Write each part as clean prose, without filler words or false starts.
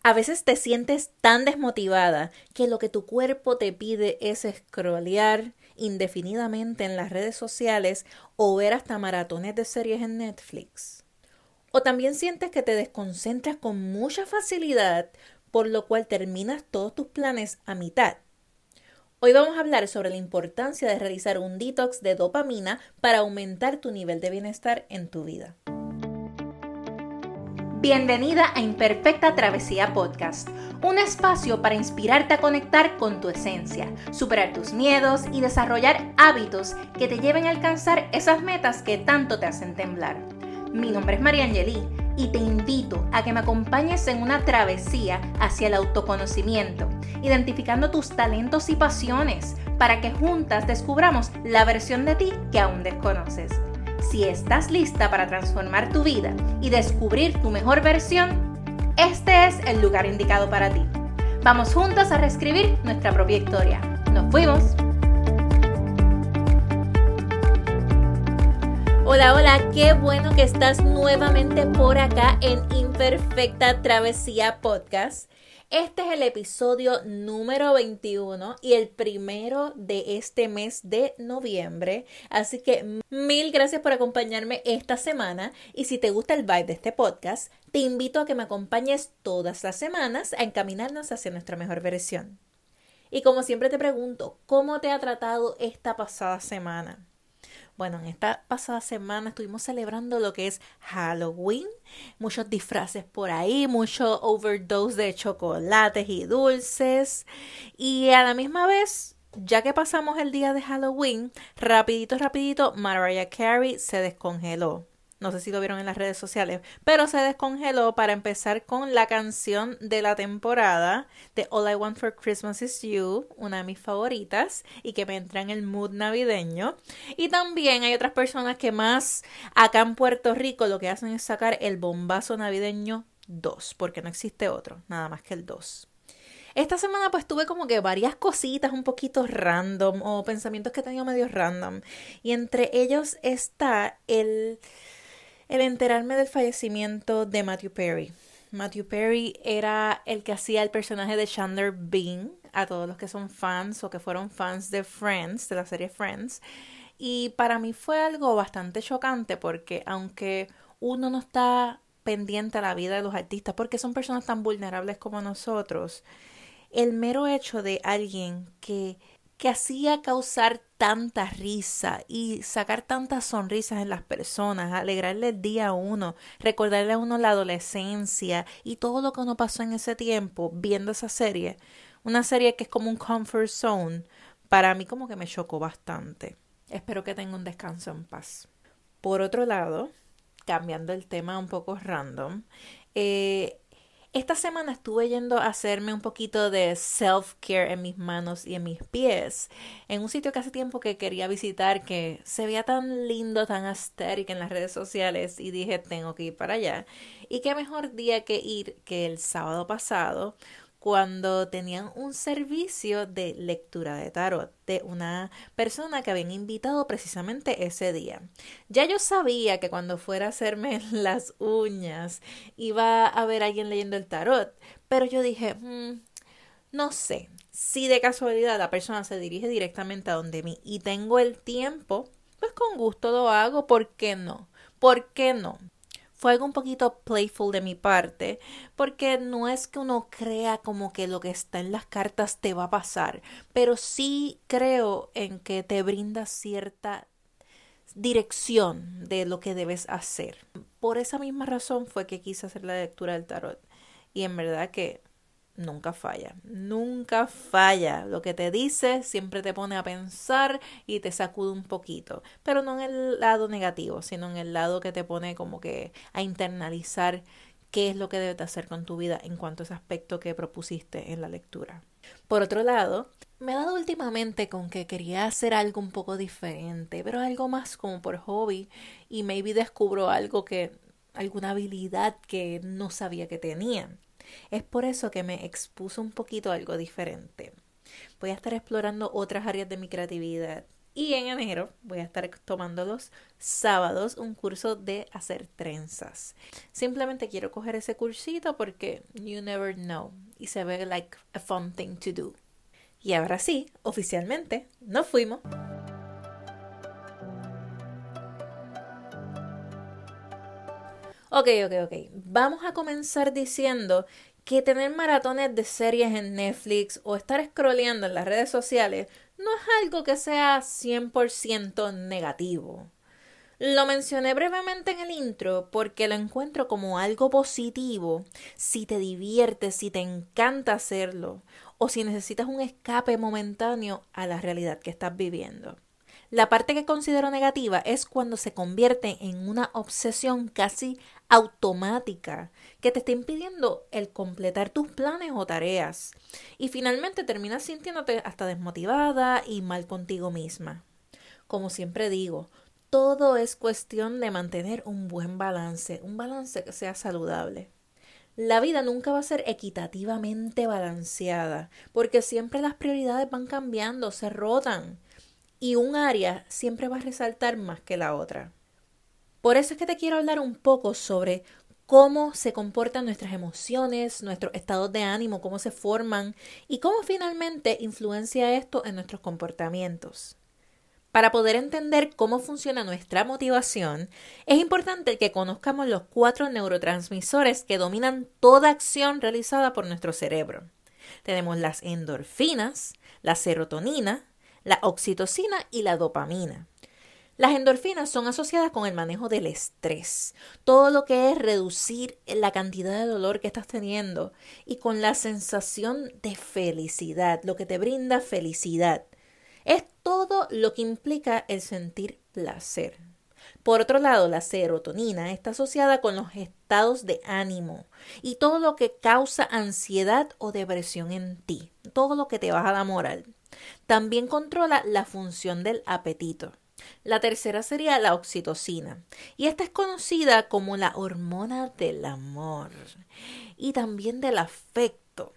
A veces te sientes tan desmotivada que lo que tu cuerpo te pide es scrollear indefinidamente en las redes sociales o ver hasta maratones de series en Netflix. O también sientes que te desconcentras con mucha facilidad, por lo cual terminas todos tus planes a mitad. Hoy vamos a hablar sobre la importancia de realizar un detox de dopamina para aumentar tu nivel de bienestar en tu vida. Bienvenida a Imperfecta Travesía Podcast, un espacio para inspirarte a conectar con tu esencia, superar tus miedos y desarrollar hábitos que te lleven a alcanzar esas metas que tanto te hacen temblar. Mi nombre es María Angelí y te invito a que me acompañes en una travesía hacia el autoconocimiento, identificando tus talentos y pasiones para que juntas descubramos la versión de ti que aún desconoces. Si estás lista para transformar tu vida y descubrir tu mejor versión, este es el lugar indicado para ti. Vamos juntos a reescribir nuestra propia historia. ¡Nos fuimos! Hola, hola, qué bueno que estás nuevamente por acá en Imperfecta Travesía Podcast. Este es el episodio número 21 y el primero de este mes de noviembre. Así que mil gracias por acompañarme esta semana. Y si te gusta el vibe de este podcast, te invito a que me acompañes todas las semanas a encaminarnos hacia nuestra mejor versión. Y como siempre te pregunto, ¿cómo te ha tratado esta pasada semana? Bueno, en esta pasada semana estuvimos celebrando lo que es Halloween, muchos disfraces por ahí, mucho overdose de chocolates y dulces y a la misma vez, ya que pasamos el día de Halloween, rapidito, Mariah Carey se descongeló. No sé si lo vieron en las redes sociales, pero se descongeló para empezar con la canción de la temporada de All I Want for Christmas Is You, una de mis favoritas y que me entra en el mood navideño. Y también hay otras personas que más acá en Puerto Rico lo que hacen es sacar el bombazo navideño 2, porque no existe otro, nada más que el 2. Esta semana pues tuve como que varias cositas un poquito random o pensamientos que he tenido medio random. Y entre ellos está el enterarme del fallecimiento de Matthew Perry. Matthew Perry era el que hacía el personaje de Chandler Bing, a todos los que son fans o que fueron fans de Friends, de la serie Friends. Y para mí fue algo bastante chocante porque aunque uno no está pendiente a la vida de los artistas porque son personas tan vulnerables como nosotros, el mero hecho de alguien que hacía causar tanta risa y sacar tantas sonrisas en las personas, alegrarle el día a uno, recordarle a uno la adolescencia y todo lo que uno pasó en ese tiempo viendo esa serie. Una serie que es como un comfort zone. Para mí como que me chocó bastante. Espero que tenga un descanso en paz. Por otro lado, cambiando el tema un poco random, esta semana estuve yendo a hacerme un poquito de self-care en mis manos y en mis pies, en un sitio que hace tiempo que quería visitar, que se veía tan lindo, tan aesthetic en las redes sociales y dije, tengo que ir para allá. Y qué mejor día que ir que el sábado pasado, cuando tenían un servicio de lectura de tarot de una persona que habían invitado precisamente ese día. Ya yo sabía que cuando fuera a hacerme las uñas iba a haber alguien leyendo el tarot, pero yo dije, no sé, si de casualidad la persona se dirige directamente a donde mí y tengo el tiempo, pues con gusto lo hago, ¿por qué no? ¿Por qué no? Fue algo un poquito playful de mi parte, porque no es que uno crea como que lo que está en las cartas te va a pasar, pero sí creo en que te brinda cierta dirección de lo que debes hacer. Por esa misma razón fue que quise hacer la lectura del tarot y en verdad que nunca falla, nunca falla. Lo que te dice siempre te pone a pensar y te sacude un poquito, pero no en el lado negativo, sino en el lado que te pone como que a internalizar qué es lo que debes hacer con tu vida en cuanto a ese aspecto que propusiste en la lectura. Por otro lado, me he dado últimamente con que quería hacer algo un poco diferente, pero algo más como por hobby y maybe descubro alguna habilidad que no sabía que tenía. Es por eso que me expuso un poquito a algo diferente. Voy a estar explorando otras áreas de mi creatividad Y en enero voy a estar tomando los sábados un curso de hacer trenzas. Simplemente quiero coger ese cursito porque you never know. Y se ve like a fun thing to do. Y ahora sí, oficialmente, nos fuimos. Ok. Vamos a comenzar diciendo que tener maratones de series en Netflix o estar scrolleando en las redes sociales no es algo que sea 100% negativo. Lo mencioné brevemente en el intro porque lo encuentro como algo positivo si te diviertes, si te encanta hacerlo o si necesitas un escape momentáneo a la realidad que estás viviendo. La parte que considero negativa es cuando se convierte en una obsesión casi automática que te está impidiendo el completar tus planes o tareas y finalmente terminas sintiéndote hasta desmotivada y mal contigo misma. Como siempre digo, todo es cuestión de mantener un buen balance, un balance que sea saludable. La vida nunca va a ser equitativamente balanceada porque siempre las prioridades van cambiando, se rotan. Y un área siempre va a resaltar más que la otra. Por eso es que te quiero hablar un poco sobre cómo se comportan nuestras emociones, nuestros estados de ánimo, cómo se forman y cómo finalmente influencia esto en nuestros comportamientos. Para poder entender cómo funciona nuestra motivación, es importante que conozcamos los 4 neurotransmisores que dominan toda acción realizada por nuestro cerebro. Tenemos las endorfinas, la serotonina, la oxitocina y la dopamina. Las endorfinas son asociadas con el manejo del estrés, todo lo que es reducir la cantidad de dolor que estás teniendo y con la sensación de felicidad, lo que te brinda felicidad. Es todo lo que implica el sentir placer. Por otro lado, la serotonina está asociada con los estados de ánimo y todo lo que causa ansiedad o depresión en ti, todo lo que te baja la moral. También controla la función del apetito. La tercera sería la oxitocina y esta es conocida como la hormona del amor y también del afecto.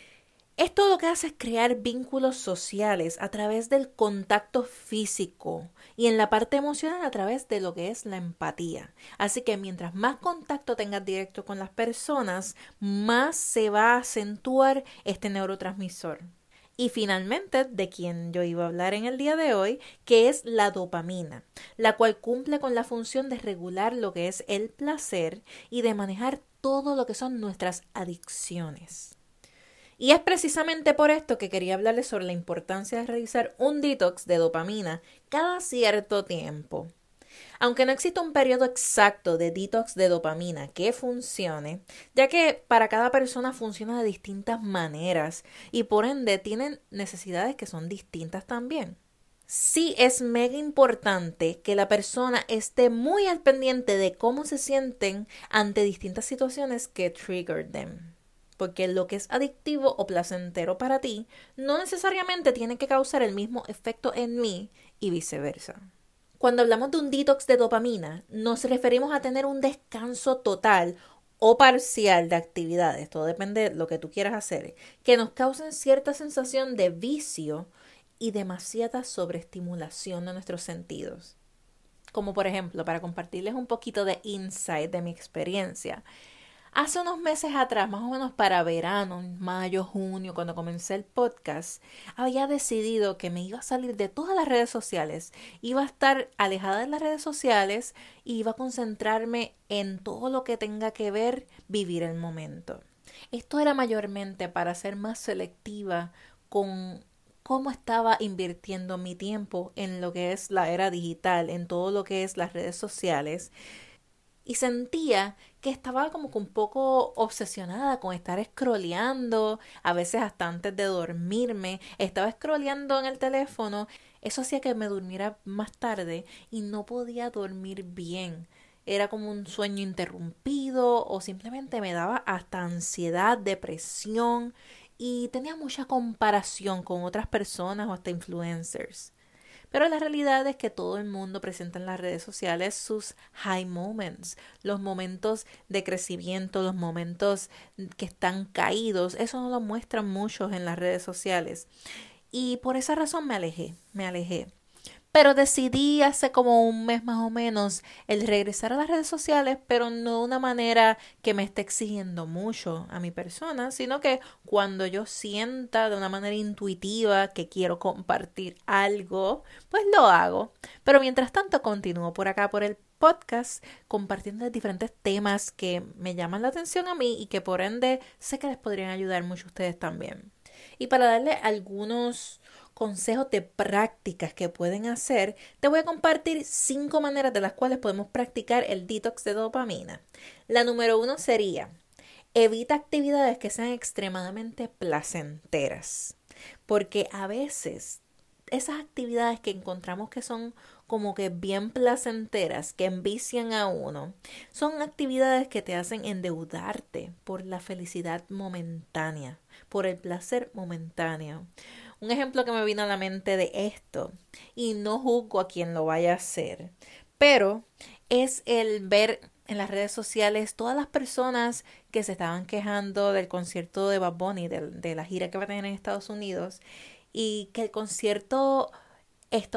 Esto lo que hace es crear vínculos sociales a través del contacto físico y en la parte emocional a través de lo que es la empatía. Así que mientras más contacto tengas directo con las personas, más se va a acentuar este neurotransmisor. Y finalmente, de quien yo iba a hablar en el día de hoy, que es la dopamina, la cual cumple con la función de regular lo que es el placer y de manejar todo lo que son nuestras adicciones. Y es precisamente por esto que quería hablarles sobre la importancia de realizar un detox de dopamina cada cierto tiempo. Aunque no existe un periodo exacto de detox de dopamina que funcione, ya que para cada persona funciona de distintas maneras y por ende tienen necesidades que son distintas también. Sí es mega importante que la persona esté muy al pendiente de cómo se sienten ante distintas situaciones que trigger them. Porque lo que es adictivo o placentero para ti no necesariamente tiene que causar el mismo efecto en mí y viceversa. Cuando hablamos de un detox de dopamina, nos referimos a tener un descanso total o parcial de actividades, todo depende de lo que tú quieras hacer, que nos causen cierta sensación de vicio y demasiada sobreestimulación de nuestros sentidos. Como por ejemplo, para compartirles un poquito de insight de mi experiencia, hace unos meses atrás, más o menos para verano, mayo, junio, cuando comencé el podcast, había decidido que me iba a salir de todas las redes sociales, iba a estar alejada de las redes sociales y iba a concentrarme en todo lo que tenga que ver vivir el momento. Esto era mayormente para ser más selectiva con cómo estaba invirtiendo mi tiempo en lo que es la era digital, en todo lo que es las redes sociales. Y sentía que estaba como que un poco obsesionada con estar scrolleando, a veces hasta antes de dormirme, estaba scrolleando en el teléfono. Eso hacía que me durmiera más tarde y no podía dormir bien. Era como un sueño interrumpido o simplemente me daba hasta ansiedad, depresión y tenía mucha comparación con otras personas o hasta influencers. Pero la realidad es que todo el mundo presenta en las redes sociales sus high moments, los momentos de crecimiento, los momentos que están caídos. Eso no lo muestran muchos en las redes sociales. Y por esa razón me alejé. Pero decidí hace como un mes más o menos el regresar a las redes sociales, pero no de una manera que me esté exigiendo mucho a mi persona, sino que cuando yo sienta de una manera intuitiva que quiero compartir algo, pues lo hago. Pero mientras tanto continúo por acá por el podcast compartiendo diferentes temas que me llaman la atención a mí y que por ende sé que les podrían ayudar mucho a ustedes también. Y para darle algunos consejos de prácticas que pueden hacer, te voy a compartir 5 maneras de las cuales podemos practicar el detox de dopamina. La número 1 sería: evita actividades que sean extremadamente placenteras, porque a veces esas actividades que encontramos que son como que bien placenteras, que envician a uno, son actividades que te hacen endeudarte por la felicidad momentánea, por el placer momentáneo. Un ejemplo que me vino a la mente de esto, y no juzgo a quien lo vaya a hacer, pero es el ver en las redes sociales todas las personas que se estaban quejando del concierto de Bad Bunny, de la gira que va a tener en Estados Unidos, y que el concierto está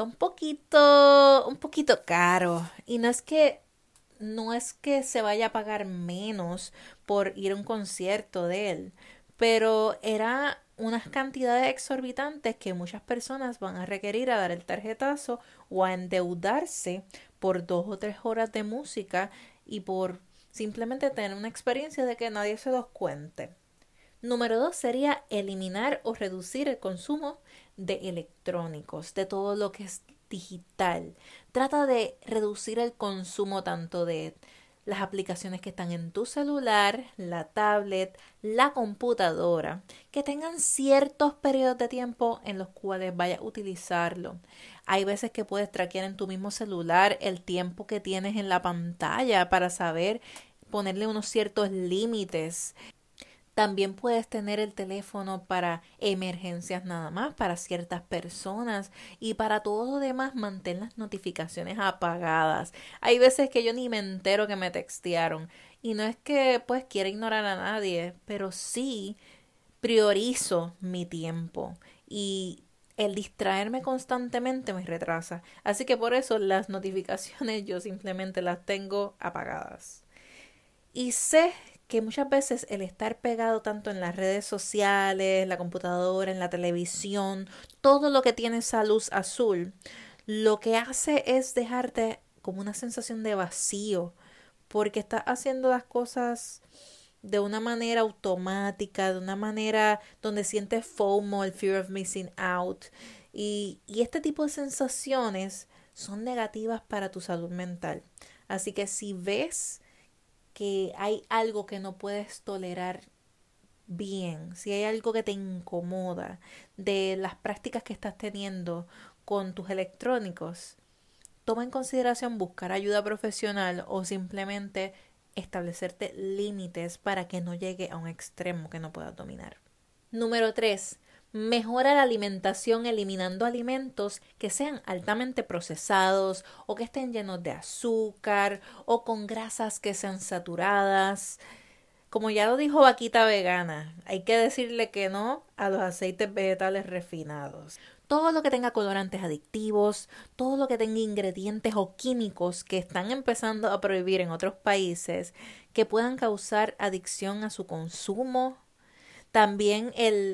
un poquito caro. Y no es que se vaya a pagar menos por ir a un concierto de él, pero era unas cantidades exorbitantes que muchas personas van a requerir a dar el tarjetazo o a endeudarse por 2 o 3 horas de música y por simplemente tener una experiencia de que nadie se los cuente. Número 2 sería eliminar o reducir el consumo de electrónicos, de todo lo que es digital. Trata de reducir el consumo tanto de las aplicaciones que están en tu celular, la tablet, la computadora, que tengan ciertos periodos de tiempo en los cuales vayas a utilizarlo. Hay veces que puedes traquear en tu mismo celular el tiempo que tienes en la pantalla para saber ponerle unos ciertos límites. También puedes tener el teléfono para emergencias nada más, para ciertas personas, y para todo lo demás mantén las notificaciones apagadas. Hay veces que yo ni me entero que me textearon y no es que pues quiera ignorar a nadie, pero sí priorizo mi tiempo y el distraerme constantemente me retrasa. Así que por eso las notificaciones yo simplemente las tengo apagadas. Y sé que muchas veces el estar pegado tanto en las redes sociales, la computadora, en la televisión, todo lo que tiene esa luz azul, lo que hace es dejarte como una sensación de vacío, porque estás haciendo las cosas de una manera automática, de una manera donde sientes FOMO, el fear of missing out, y este tipo de sensaciones son negativas para tu salud mental. Así que si ves que hay algo que no puedes tolerar bien, si hay algo que te incomoda de las prácticas que estás teniendo con tus electrónicos, toma en consideración buscar ayuda profesional o simplemente establecerte límites para que no llegue a un extremo que no puedas dominar. Número 3. Mejora la alimentación eliminando alimentos que sean altamente procesados o que estén llenos de azúcar o con grasas que sean saturadas. Como ya lo dijo Vaquita Vegana, hay que decirle que no a los aceites vegetales refinados. Todo lo que tenga colorantes adictivos, todo lo que tenga ingredientes o químicos que están empezando a prohibir en otros países que puedan causar adicción a su consumo. También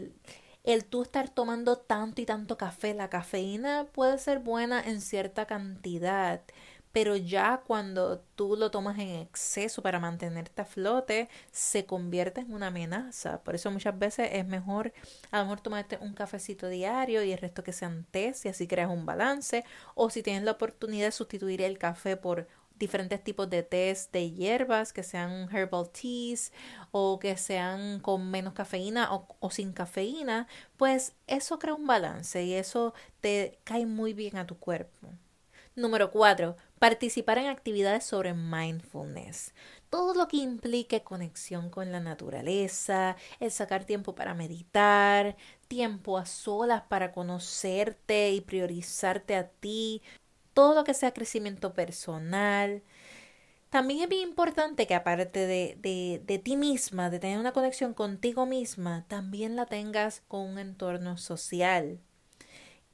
el tú estar tomando tanto y tanto café. La cafeína puede ser buena en cierta cantidad, pero ya cuando tú lo tomas en exceso para mantenerte a flote, se convierte en una amenaza. Por eso muchas veces es mejor a lo mejor tomarte un cafecito diario y el resto que sean tés y así creas un balance. O si tienes la oportunidad de sustituir el café por diferentes tipos de tés de hierbas que sean herbal teas o que sean con menos cafeína o sin cafeína, pues eso crea un balance y eso te cae muy bien a tu cuerpo. Número 4. Participar en actividades sobre mindfulness. Todo lo que implique conexión con la naturaleza, el sacar tiempo para meditar, tiempo a solas para conocerte y priorizarte a ti, todo lo que sea crecimiento personal. También es bien importante que aparte de ti misma, de tener una conexión contigo misma, también la tengas con un entorno social.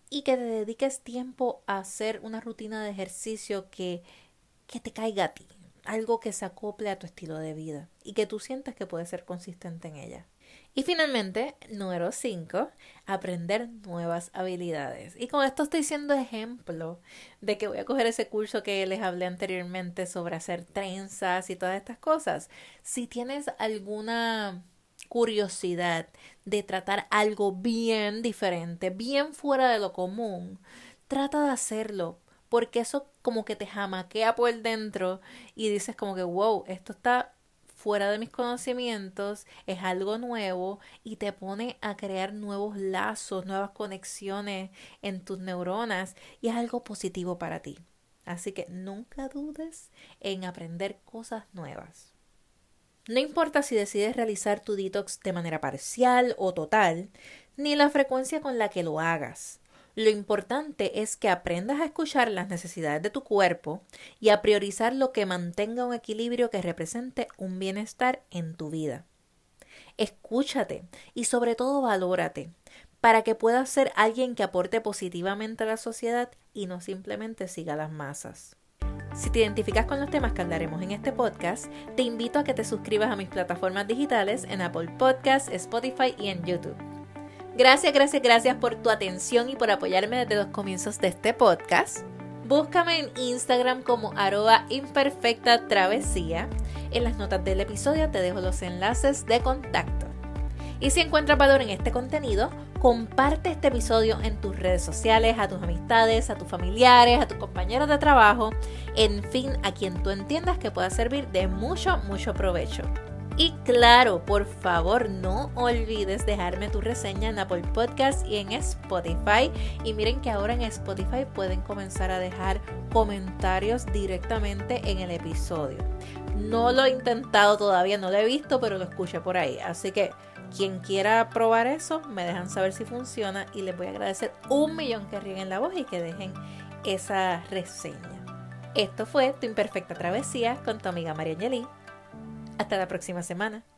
y que te dediques tiempo a hacer una rutina de ejercicio que te caiga a ti, algo que se acople a tu estilo de vida y que tú sientas que puedes ser consistente en ella. Y finalmente, número 5, aprender nuevas habilidades. Y con esto estoy siendo ejemplo de que voy a coger ese curso que les hablé anteriormente sobre hacer trenzas y todas estas cosas. Si tienes alguna curiosidad de tratar algo bien diferente, bien fuera de lo común, trata de hacerlo, porque eso como que te jamaquea por dentro y dices como que wow, esto está fuera de mis conocimientos, es algo nuevo y te pone a crear nuevos lazos, nuevas conexiones en tus neuronas y es algo positivo para ti. Así que nunca dudes en aprender cosas nuevas. No importa si decides realizar tu detox de manera parcial o total, ni la frecuencia con la que lo hagas. Lo importante es que aprendas a escuchar las necesidades de tu cuerpo y a priorizar lo que mantenga un equilibrio que represente un bienestar en tu vida. Escúchate y sobre todo valórate para que puedas ser alguien que aporte positivamente a la sociedad y no simplemente siga las masas. Si te identificas con los temas que hablaremos en este podcast, te invito a que te suscribas a mis plataformas digitales en Apple Podcasts, Spotify y en YouTube. Gracias por tu atención y por apoyarme desde los comienzos de este podcast. Búscame en Instagram como @imperfectatravesía. En las notas del episodio te dejo los enlaces de contacto. Y si encuentras valor en este contenido, comparte este episodio en tus redes sociales, a tus amistades, a tus familiares, a tus compañeros de trabajo, en fin, a quien tú entiendas que pueda servir de mucho provecho. Y claro, por favor, no olvides dejarme tu reseña en Apple Podcasts y en Spotify. Y miren que ahora en Spotify pueden comenzar a dejar comentarios directamente en el episodio. No lo he intentado todavía, no lo he visto, pero lo escuché por ahí. Así que quien quiera probar eso, me dejan saber si funciona y les voy a agradecer 1,000,000 que rieguen la voz y que dejen esa reseña. Esto fue Tu Imperfecta Travesía con tu amiga María Angelí. Hasta la próxima semana.